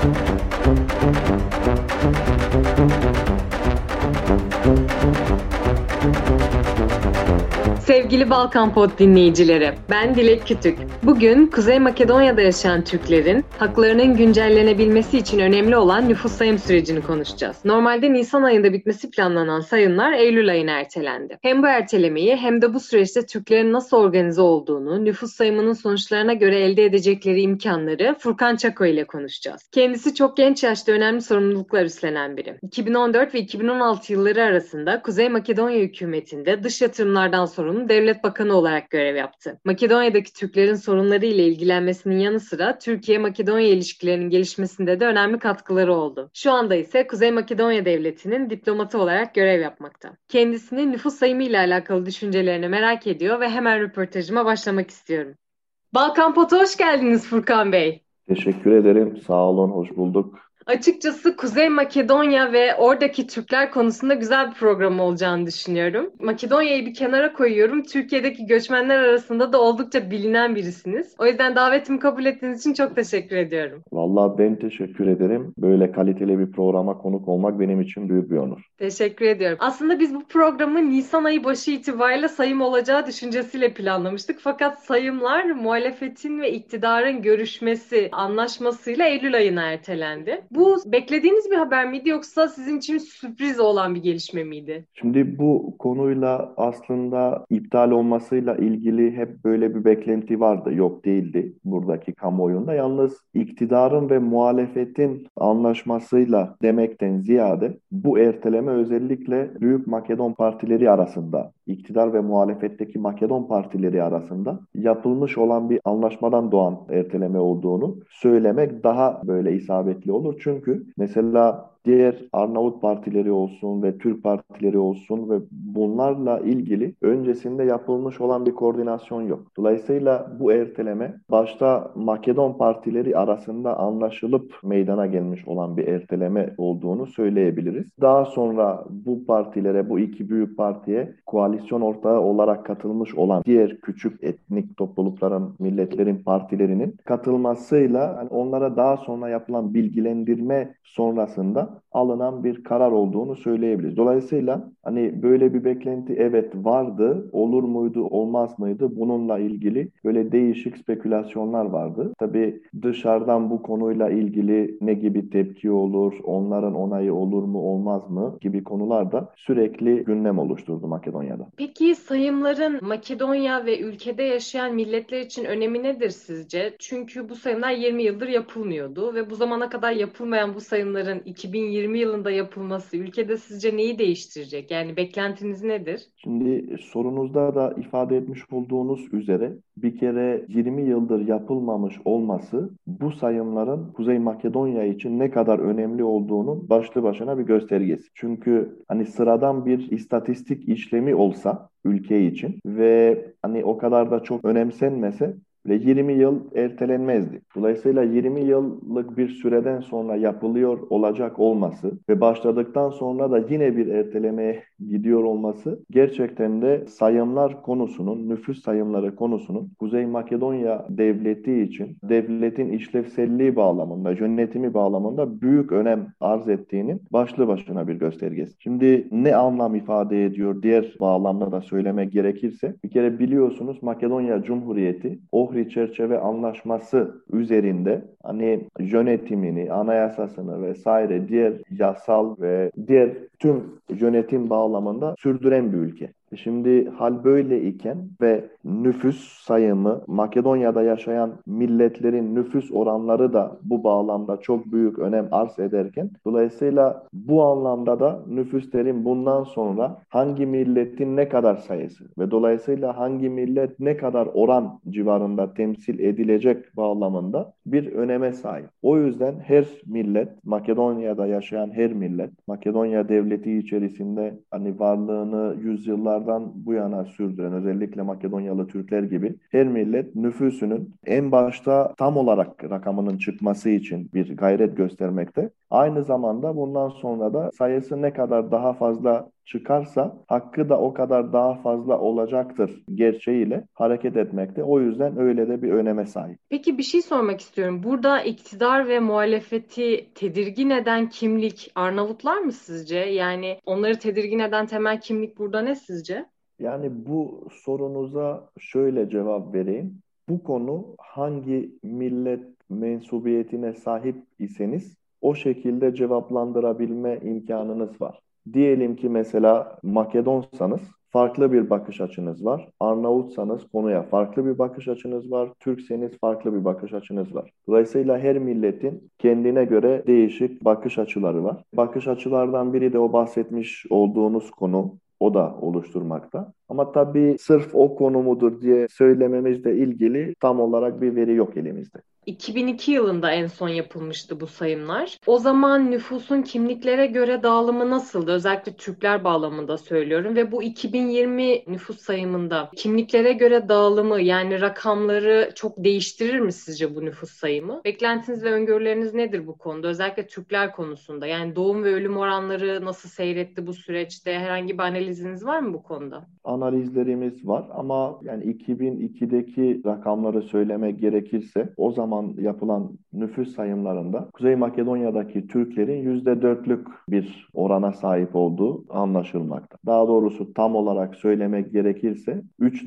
Sevgili Balkan Pod dinleyicileri, ben Dilek Kütük. Bugün Kuzey Makedonya'da yaşayan Türklerin haklarının güncellenebilmesi için önemli olan nüfus sayım sürecini konuşacağız. Normalde Nisan ayında bitmesi planlanan sayımlar Eylül ayına ertelendi. Hem bu ertelemeyi hem de bu süreçte Türklerin nasıl organize olduğunu, nüfus sayımının sonuçlarına göre elde edecekleri imkanları Furkan Çako ile konuşacağız. Kendisi çok genç yaşta önemli sorumluluklar üstlenen biri. 2014 ve 2016 yılları arasında Kuzey Makedonya hükümetinde dış yatırımlardan sorumlu devlet bakanı olarak görev yaptı. Makedonya'daki Türklerin sorunları ile ilgilenmesinin yanı sıra Türkiye-Makedonya ilişkilerinin gelişmesinde de önemli katkıları oldu. Şu anda ise Kuzey Makedonya Devleti'nin diplomatı olarak görev yapmakta. Kendisinin nüfus sayımı ile alakalı düşüncelerini merak ediyor ve hemen röportajıma başlamak istiyorum. Balkan Pot'a hoş geldiniz Furkan Bey. Teşekkür ederim. Sağ olun, hoş bulduk. Açıkçası Kuzey Makedonya ve oradaki Türkler konusunda güzel bir program olacağını düşünüyorum. Makedonya'yı bir kenara koyuyorum. Türkiye'deki göçmenler arasında da oldukça bilinen birisiniz. O yüzden davetimi kabul ettiğiniz için çok teşekkür ediyorum. Vallahi ben teşekkür ederim. Böyle kaliteli bir programa konuk olmak benim için büyük bir onur. Teşekkür ediyorum. Aslında biz bu programı Nisan ayı başı itibariyle sayım olacağı düşüncesiyle planlamıştık. Fakat sayımlar muhalefetin ve iktidarın görüşmesi, anlaşmasıyla Eylül ayına ertelendi. Bu beklediğiniz bir haber miydi yoksa sizin için sürpriz olan bir gelişme miydi? Şimdi bu konuyla aslında iptal olmasıyla ilgili hep böyle bir beklenti vardı. Yok değildi buradaki kamuoyunda. Yalnız iktidarın ve muhalefetin anlaşmasıyla demekten ziyade bu erteleme özellikle Büyük Makedon partileri arasında, iktidar ve muhalefetteki Makedon partileri arasında yapılmış olan bir anlaşmadan doğan erteleme olduğunu söylemek daha böyle isabetli olur. Çünkü mesela diğer Arnavut partileri olsun ve Türk partileri olsun ve bunlarla ilgili öncesinde yapılmış olan bir koordinasyon yok. Dolayısıyla bu erteleme başta Makedon partileri arasında anlaşılıp meydana gelmiş olan bir erteleme olduğunu söyleyebiliriz. Daha sonra bu partilere, bu iki büyük partiye koalisyon ortağı olarak katılmış olan diğer küçük etnik toplulukların, milletlerin partilerinin katılmasıyla hani onlara daha sonra yapılan bilgilendirme sonrasında alınan bir karar olduğunu söyleyebiliriz. Dolayısıyla hani böyle bir beklenti evet vardı, olur muydu, olmaz mıydı? Bununla ilgili böyle değişik spekülasyonlar vardı. Tabii dışarıdan bu konuyla ilgili ne gibi tepki olur, onların onayı olur mu, olmaz mı gibi konular da sürekli gündem oluşturdu Makedonya'da. Peki sayımların Makedonya ve ülkede yaşayan milletler için önemi nedir sizce? Çünkü bu sayımlar 20 yıldır yapılmıyordu ve bu zamana kadar yapılmayan bu sayımların 2020 yılında yapılması ülkede sizce neyi değiştirecek? Yani beklentiniz nedir? Şimdi sorunuzda da ifade etmiş olduğunuz üzere bir kere 20 yıldır yapılmamış olması bu sayımların Kuzey Makedonya için ne kadar önemli olduğunun başlı başına bir göstergesi. Çünkü hani sıradan bir istatistik işlemi olsa ülke için ve hani o kadar da çok önemsenmese ve 20 yıl ertelenmezdi. Dolayısıyla 20 yıllık bir süreden sonra yapılıyor olacak olması ve başladıktan sonra da yine bir ertelemeye gidiyor olması gerçekten de sayımlar konusunun, nüfus sayımları konusunun Kuzey Makedonya devleti için devletin işlevselliği bağlamında, yönetimi bağlamında büyük önem arz ettiğinin başlı başına bir göstergesi. Şimdi ne anlam ifade ediyor diğer bağlamda da söylemek gerekirse bir kere biliyorsunuz Makedonya Cumhuriyeti Ohrid Çerçeve Anlaşması üzerinde hani yönetimini, anayasasını vesaire diğer yasal ve diğer tüm yönetim bağlamında sürdüren bir ülke. Şimdi hal böyle iken ve nüfus sayımı Makedonya'da yaşayan milletlerin nüfus oranları da bu bağlamda çok büyük önem arz ederken dolayısıyla bu anlamda da nüfuslerin bundan sonra hangi milletin ne kadar sayısı ve dolayısıyla hangi millet ne kadar oran civarında temsil edilecek bağlamında bir öneme sahip. O yüzden her millet, Makedonya'da yaşayan her millet, Makedonya devleti içerisinde hani varlığını yüzyıllardan bu yana sürdüren özellikle Makedonyalı Türkler gibi her millet nüfusunun en başta tam olarak rakamının çıkması için bir gayret göstermekte. Aynı zamanda bundan sonra da sayısı ne kadar daha fazla çıkarsa hakkı da o kadar daha fazla olacaktır gerçeğiyle hareket etmekte. O yüzden öyle de bir öneme sahip. Peki bir şey sormak istiyorum. Burada iktidar ve muhalefeti tedirgin eden kimlik Arnavutlar mı sizce? Yani onları tedirgin eden temel kimlik burada ne sizce? Yani bu sorunuza şöyle cevap vereyim. Bu konu hangi millet mensubiyetine sahip iseniz o şekilde cevaplandırabilme imkanınız var. Diyelim ki mesela Makedonsanız farklı bir bakış açınız var. Arnavutsanız konuya farklı bir bakış açınız var. Türkseniz farklı bir bakış açınız var. Dolayısıyla her milletin kendine göre değişik bakış açıları var. Bakış açılardan biri de o bahsetmiş olduğunuz konu. O da oluşturmakta. Ama tabii sırf o konu mudur diye söylememizle ilgili tam olarak bir veri yok elimizde. 2002 yılında en son yapılmıştı bu sayımlar. O zaman nüfusun kimliklere göre dağılımı nasıldı? Özellikle Türkler bağlamında söylüyorum ve bu 2020 nüfus sayımında kimliklere göre dağılımı yani rakamları çok değiştirir mi sizce bu nüfus sayımı? Beklentiniz ve öngörüleriniz nedir bu konuda? Özellikle Türkler konusunda. Yani doğum ve ölüm oranları nasıl seyretti bu süreçte? Herhangi bir analiziniz var mı bu konuda? Analizlerimiz var ama yani 2002'deki rakamları söylemek gerekirse o zaman yapılan nüfus sayımlarında Kuzey Makedonya'daki Türklerin %4'lük bir orana sahip olduğu anlaşılmakta. Daha doğrusu tam olarak söylemek gerekirse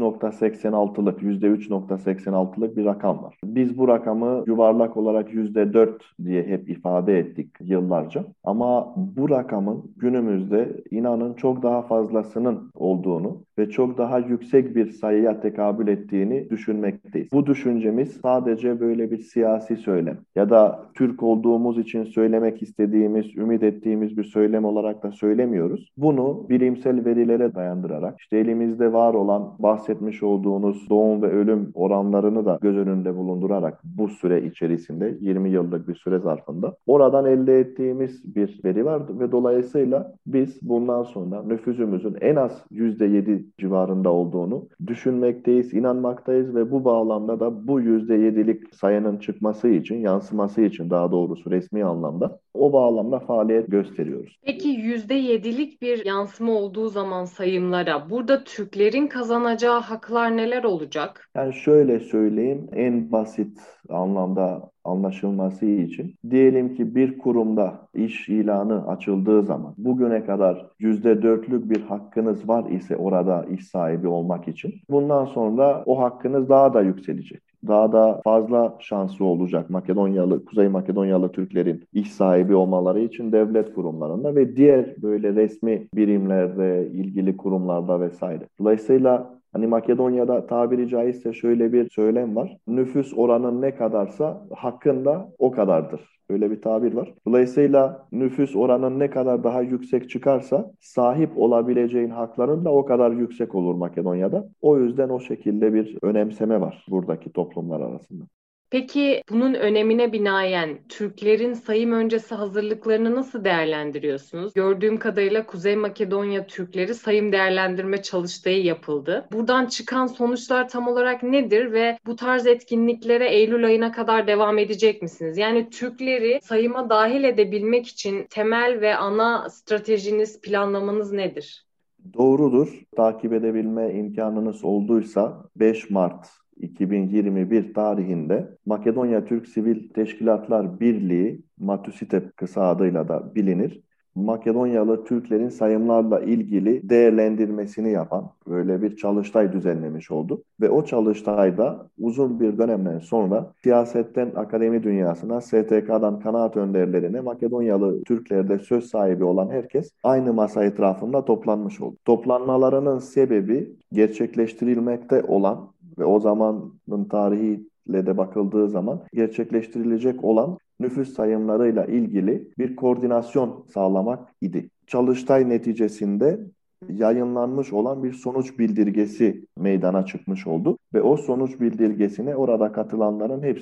3,86'lık %3,86'lık bir rakam var. Biz bu rakamı yuvarlak olarak %4 diye hep ifade ettik yıllarca. Ama bu rakamın günümüzde inanın çok daha fazlasının olduğunu ve çok daha yüksek bir sayıya tekabül ettiğini düşünmekteyiz. Bu düşüncemiz sadece böyle bir siyasi söylem ya da Türk olduğumuz için söylemek istediğimiz, ümit ettiğimiz bir söylem olarak da söylemiyoruz. Bunu bilimsel verilere dayandırarak, işte elimizde var olan bahsetmiş olduğunuz doğum ve ölüm oranlarını da göz önünde bulundurarak bu süre içerisinde 20 yıllık bir süre zarfında oradan elde ettiğimiz bir veri var ve dolayısıyla biz bundan sonra nüfusumuzun en az %7 civarında olduğunu düşünmekteyiz, inanmaktayız ve bu bağlamda da bu %7'lik sayının çıkması için, yansıması için daha doğrusu resmi anlamda o bağlamda faaliyet gösteriyoruz. Peki %7'lik bir yansıma olduğu zaman sayımlara burada Türklerin kazanacağı haklar neler olacak? Yani şöyle söyleyeyim, en basit anlamda anlaşılması için. Diyelim ki bir kurumda iş ilanı açıldığı zaman bugüne kadar %4'lük bir hakkınız var ise orada iş sahibi olmak için bundan sonra o hakkınız daha da yükselecek. Daha da fazla şansı olacak Makedonyalı, Kuzey Makedonyalı Türklerin iş sahibi olmaları için devlet kurumlarında ve diğer böyle resmi birimlerde, ilgili kurumlarda vesaire. Dolayısıyla hani Makedonya'da tabiri caizse şöyle bir söylem var. Nüfus oranın ne kadarsa hakkın da o kadardır. Böyle bir tabir var. Dolayısıyla nüfus oranın ne kadar daha yüksek çıkarsa sahip olabileceğin hakların da o kadar yüksek olur Makedonya'da. O yüzden o şekilde bir önemseme var buradaki toplumlar arasında. Peki bunun önemine binaen Türklerin sayım öncesi hazırlıklarını nasıl değerlendiriyorsunuz? Gördüğüm kadarıyla Kuzey Makedonya Türkleri sayım değerlendirme çalıştayı yapıldı. Buradan çıkan sonuçlar tam olarak nedir ve bu tarz etkinliklere Eylül ayına kadar devam edecek misiniz? Yani Türkleri sayıma dahil edebilmek için temel ve ana stratejiniz, planlamanız nedir? Doğrudur. Takip edebilme imkanınız olduysa 5 Mart 2021 tarihinde Makedonya Türk Sivil Teşkilatlar Birliği, MATÜSİTEP kısa adıyla da bilinir, Makedonyalı Türklerin sayımlarla ilgili değerlendirmesini yapan böyle bir çalıştay düzenlemiş oldu. Ve o çalıştayda uzun bir dönemden sonra siyasetten akademi dünyasına, STK'dan kanaat önderlerine, Makedonyalı Türklerde söz sahibi olan herkes aynı masa etrafında toplanmış oldu. Toplanmalarının sebebi gerçekleştirilmekte olan ve o zamanın tarihiyle de bakıldığı zaman gerçekleştirilecek olan nüfus sayımlarıyla ilgili bir koordinasyon sağlamak idi. Çalıştay neticesinde yayınlanmış olan bir sonuç bildirgesi meydana çıkmış oldu ve o sonuç bildirgesine orada katılanların hepsi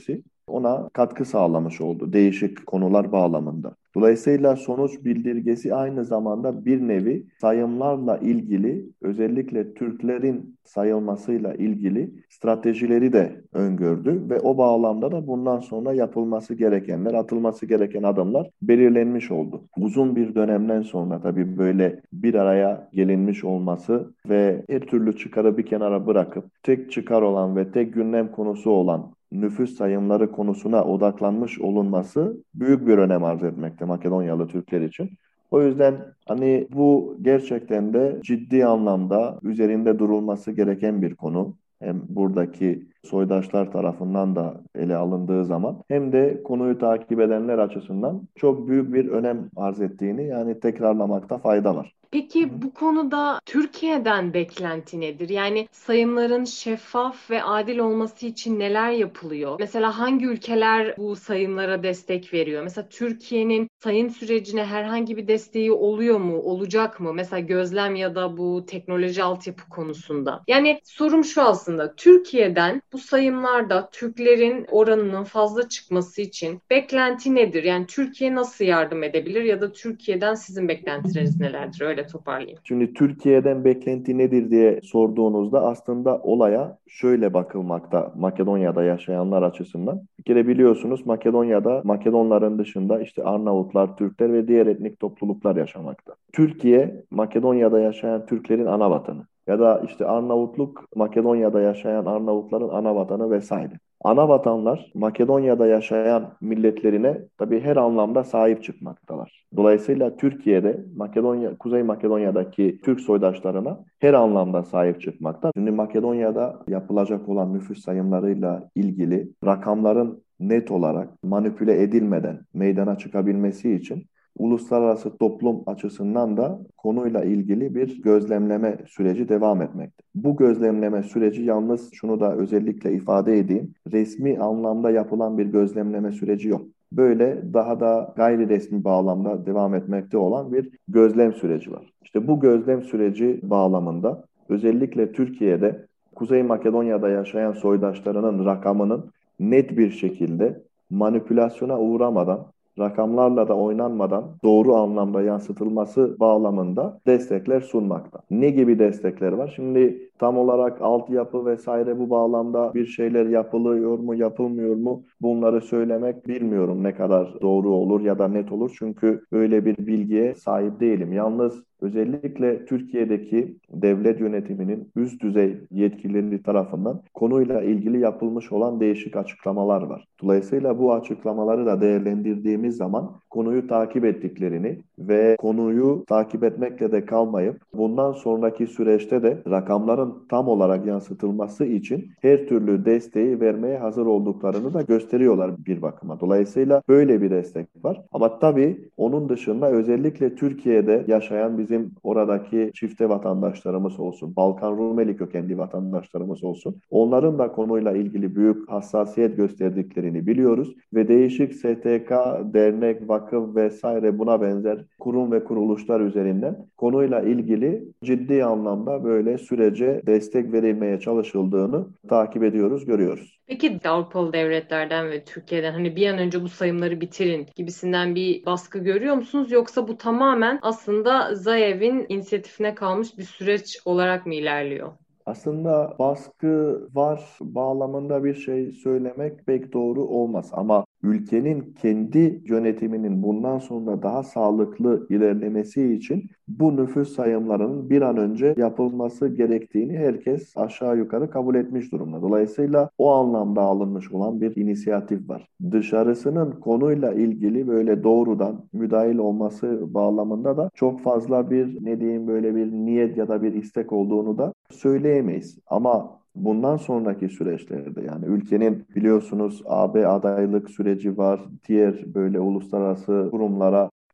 ona katkı sağlamış oldu değişik konular bağlamında. Dolayısıyla sonuç bildirgesi aynı zamanda bir nevi sayımlarla ilgili, özellikle Türklerin sayılmasıyla ilgili stratejileri de öngördü ve o bağlamda da bundan sonra yapılması gerekenler, atılması gereken adımlar belirlenmiş oldu. Uzun bir dönemden sonra tabii böyle bir araya gelinmiş olması ve her türlü çıkarı bir kenara bırakıp tek çıkar olan ve tek gündem konusu olan nüfus sayımları konusuna odaklanmış olunması büyük bir önem arz etmekte Makedonyalı Türkler için. O yüzden hani bu gerçekten de ciddi anlamda üzerinde durulması gereken bir konu. Hem buradaki soydaşlar tarafından da ele alındığı zaman hem de konuyu takip edenler açısından çok büyük bir önem arz ettiğini yani tekrarlamakta fayda var. Hı Peki hı. bu konuda Türkiye'den beklenti nedir? Yani sayımların şeffaf ve adil olması için neler yapılıyor? Mesela hangi ülkeler bu sayımlara destek veriyor? Mesela Türkiye'nin sayım sürecine herhangi bir desteği oluyor mu? Olacak mı? Mesela gözlem ya da bu teknoloji altyapı konusunda. Yani sorum şu aslında. Türkiye'den bu sayımlarda Türklerin oranının fazla çıkması için beklenti nedir? Yani Türkiye nasıl yardım edebilir ya da Türkiye'den sizin beklentileriniz nelerdir? Öyle toparlayayım. Şimdi Türkiye'den beklenti nedir diye sorduğunuzda aslında olaya şöyle bakılmakta Makedonya'da yaşayanlar açısından. Bir kere biliyorsunuz Makedonya'da Makedonların dışında işte Arnavutlar, Türkler ve diğer etnik topluluklar yaşamakta. Türkiye Makedonya'da yaşayan Türklerin ana vatanı ya da işte Arnavutluk Makedonya'da yaşayan Arnavutların ana vatanı vesaire. Ana vatanlar Makedonya'da yaşayan milletlerine tabii her anlamda sahip çıkmaktalar. Dolayısıyla Türkiye'de Kuzey Makedonya'daki Türk soydaşlarına her anlamda sahip çıkmakta. Şimdi Makedonya'da yapılacak olan nüfus sayımlarıyla ilgili rakamların net olarak manipüle edilmeden meydana çıkabilmesi için uluslararası toplum açısından da konuyla ilgili bir gözlemleme süreci devam etmekte. Bu gözlemleme süreci yalnız şunu da özellikle ifade edeyim, resmi anlamda yapılan bir gözlemleme süreci yok. Böyle daha da gayri resmi bağlamda devam etmekte olan bir gözlem süreci var. İşte bu gözlem süreci bağlamında özellikle Türkiye'de Kuzey Makedonya'da yaşayan soydaşlarının rakamının net bir şekilde manipülasyona uğramadan rakamlarla da oynanmadan doğru anlamda yansıtılması bağlamında destekler sunmakta. Ne gibi destekler var? Şimdi tam olarak altyapı vesaire bu bağlamda bir şeyler yapılıyor mu, yapılmıyor mu? Bunları söylemek bilmiyorum ne kadar doğru olur ya da net olur. Çünkü öyle bir bilgiye sahip değilim. Yalnız özellikle Türkiye'deki devlet yönetiminin üst düzey yetkilileri tarafından konuyla ilgili yapılmış olan değişik açıklamalar var. Dolayısıyla bu açıklamaları da değerlendirdiğimiz zaman konuyu takip ettiklerini ve konuyu takip etmekle de kalmayıp bundan sonraki süreçte de rakamların tam olarak yansıtılması için her türlü desteği vermeye hazır olduklarını da gösteriyorlar bir bakıma. Dolayısıyla böyle bir destek var. Ama tabii onun dışında özellikle Türkiye'de yaşayan bizim oradaki çifte vatandaşlarımız olsun, Balkan Rumeli kökenli vatandaşlarımız olsun. Onların da konuyla ilgili büyük hassasiyet gösterdiklerini biliyoruz ve değişik STK, dernek, vakıf vesaire buna benzer kurum ve kuruluşlar üzerinden konuyla ilgili ciddi anlamda böyle sürece destek verilmeye çalışıldığını takip ediyoruz, görüyoruz. Peki Avrupalı devletlerden ve Türkiye'den hani bir an önce bu sayımları bitirin gibisinden bir baskı görüyor musunuz? Yoksa bu tamamen aslında Zayev'in inisiyatifine kalmış bir süreç olarak mı ilerliyor? Aslında baskı var bağlamında bir şey söylemek pek doğru olmaz ama ülkenin kendi yönetiminin bundan sonra daha sağlıklı ilerlemesi için bu nüfus sayımlarının bir an önce yapılması gerektiğini herkes aşağı yukarı kabul etmiş durumda. Dolayısıyla o anlamda alınmış olan bir inisiyatif var. Dışarısının konuyla ilgili böyle doğrudan müdahil olması bağlamında da çok fazla bir ne diyeyim böyle bir niyet ya da bir istek olduğunu da söyleyemeyiz. Ama bundan sonraki süreçlerde yani ülkenin biliyorsunuz AB adaylık süreci var, diğer böyle uluslararası kurumlara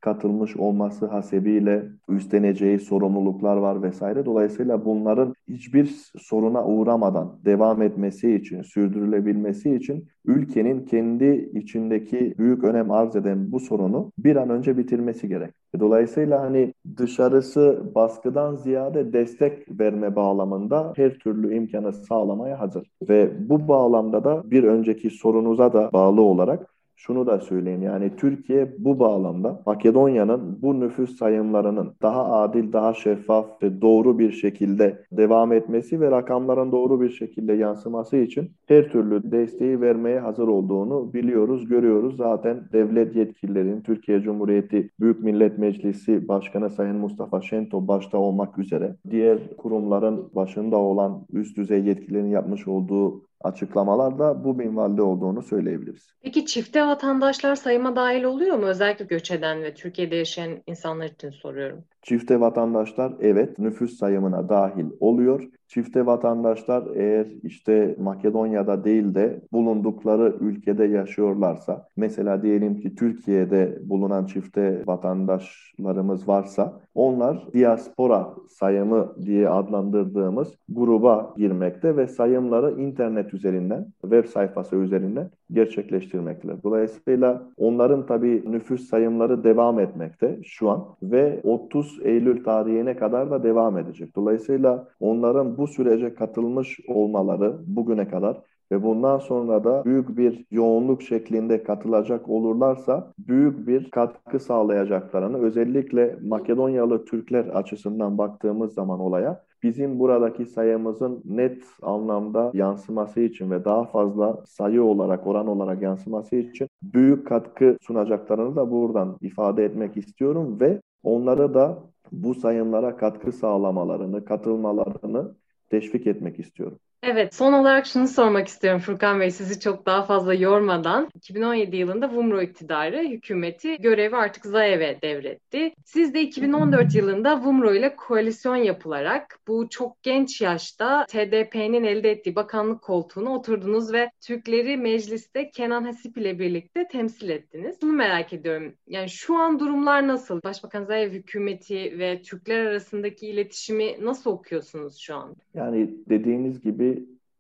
katılmış olması hasebiyle üstleneceği sorumluluklar var vesaire. Dolayısıyla bunların hiçbir soruna uğramadan devam etmesi için, sürdürülebilmesi için ülkenin kendi içindeki büyük önem arz eden bu sorunu bir an önce bitirmesi gerek. Dolayısıyla hani dışarısı baskıdan ziyade destek verme bağlamında her türlü imkanı sağlamaya hazır. Ve bu bağlamda da bir önceki sorunuza da bağlı olarak şunu da söyleyeyim, yani Türkiye bu bağlamda Makedonya'nın bu nüfus sayımlarının daha adil, daha şeffaf ve doğru bir şekilde devam etmesi ve rakamların doğru bir şekilde yansıması için her türlü desteği vermeye hazır olduğunu biliyoruz, görüyoruz. Zaten devlet yetkililerinin, Türkiye Cumhuriyeti Büyük Millet Meclisi Başkanı Sayın Mustafa Şentop başta olmak üzere diğer kurumların başında olan üst düzey yetkililerin yapmış olduğu açıklamalarda bu minvalde olduğunu söyleyebiliriz. Peki çifte vatandaşlar sayıma dahil oluyor mu? Özellikle göç eden ve Türkiye'de yaşayan insanlar için soruyorum. Çifte vatandaşlar evet nüfus sayımına dahil oluyor. Çifte vatandaşlar eğer işte Makedonya'da değil de bulundukları ülkede yaşıyorlarsa, mesela diyelim ki Türkiye'de bulunan çifte vatandaşlarımız varsa, onlar diaspora sayımı diye adlandırdığımız gruba girmekte ve sayımları internet üzerinden, web sayfası üzerinden gerçekleştirmektedir. Dolayısıyla onların tabii nüfus sayımları devam etmekte şu an ve 30 Eylül tarihine kadar da devam edecek. Dolayısıyla onların bu sürece katılmış olmaları bugüne kadar ve bundan sonra da büyük bir yoğunluk şeklinde katılacak olurlarsa büyük bir katkı sağlayacaklarını, özellikle Makedonyalı Türkler açısından baktığımız zaman olaya, bizim buradaki sayımızın net anlamda yansıması için ve daha fazla sayı olarak, oran olarak yansıması için büyük katkı sunacaklarını da buradan ifade etmek istiyorum ve onlara da bu sayımlara katkı sağlamalarını, katılmalarını teşvik etmek istiyorum. Evet, son olarak şunu sormak istiyorum Furkan Bey, sizi çok daha fazla yormadan. 2017 yılında Vumro iktidarı hükümeti görevi artık Zaev'e devretti. Siz de 2014 yılında Vumro ile koalisyon yapılarak bu çok genç yaşta TDP'nin elde ettiği bakanlık koltuğuna oturdunuz ve Türkleri mecliste Kenan Hasip ile birlikte temsil ettiniz. Şunu merak ediyorum, yani şu an durumlar nasıl? Başbakan Zaev hükümeti ve Türkler arasındaki iletişimi nasıl okuyorsunuz şu an? Yani dediğiniz gibi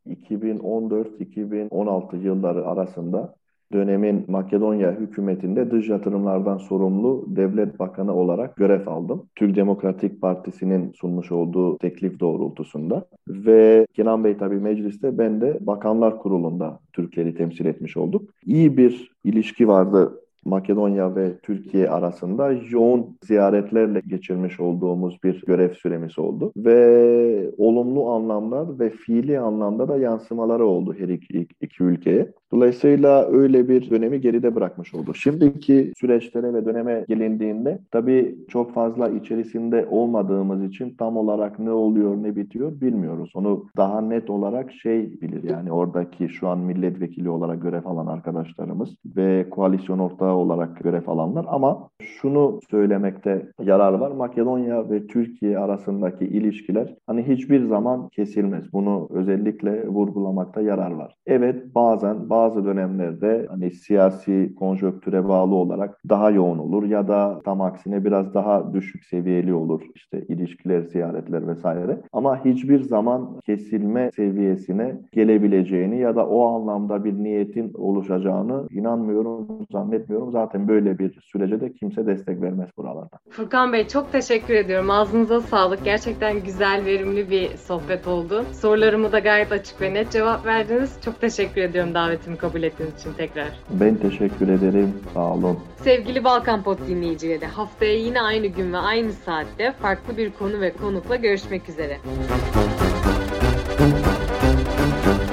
2014-2016 yılları arasında dönemin Makedonya hükümetinde dış yatırımlardan sorumlu devlet bakanı olarak görev aldım. Türk Demokratik Partisi'nin sunmuş olduğu teklif doğrultusunda ve Kenan Bey tabii mecliste, ben de Bakanlar Kurulu'nda Türkleri temsil etmiş olduk. İyi bir ilişki vardı Makedonya ve Türkiye arasında, yoğun ziyaretlerle geçirmiş olduğumuz bir görev süremiz oldu. Ve olumlu anlamda ve fiili anlamda da yansımaları oldu her iki ülkeye. Dolayısıyla öyle bir dönemi geride bırakmış oldu. Şimdiki süreçlere ve döneme gelindiğinde tabii çok fazla içerisinde olmadığımız için tam olarak ne oluyor ne bitiyor bilmiyoruz. Onu daha net olarak bilir, yani oradaki şu an milletvekili olarak görev alan arkadaşlarımız ve koalisyon ortağı olarak görev alanlar, ama şunu söylemekte yarar var. Makedonya ve Türkiye arasındaki ilişkiler hani hiçbir zaman kesilmez. Bunu özellikle vurgulamakta yarar var. Evet, bazı dönemlerde hani siyasi konjonktüre bağlı olarak daha yoğun olur ya da tam aksine biraz daha düşük seviyeli olur. İşte ilişkiler, ziyaretler vesaire. Ama hiçbir zaman kesilme seviyesine gelebileceğini ya da o anlamda bir niyetin oluşacağını inanmıyorum, zannetmiyorum. Zaten böyle bir sürece de kimse destek vermez buralarda. Furkan Bey, çok teşekkür ediyorum. Ağzınıza sağlık. Gerçekten güzel, verimli bir sohbet oldu. Sorularımı da gayet açık ve net cevap verdiniz. Çok teşekkür ediyorum davetimi kabul ettiğiniz için tekrar. Ben teşekkür ederim. Sağ olun. Sevgili Balkan Pod dinleyicileri, haftaya yine aynı gün ve aynı saatte farklı bir konu ve konukla görüşmek üzere.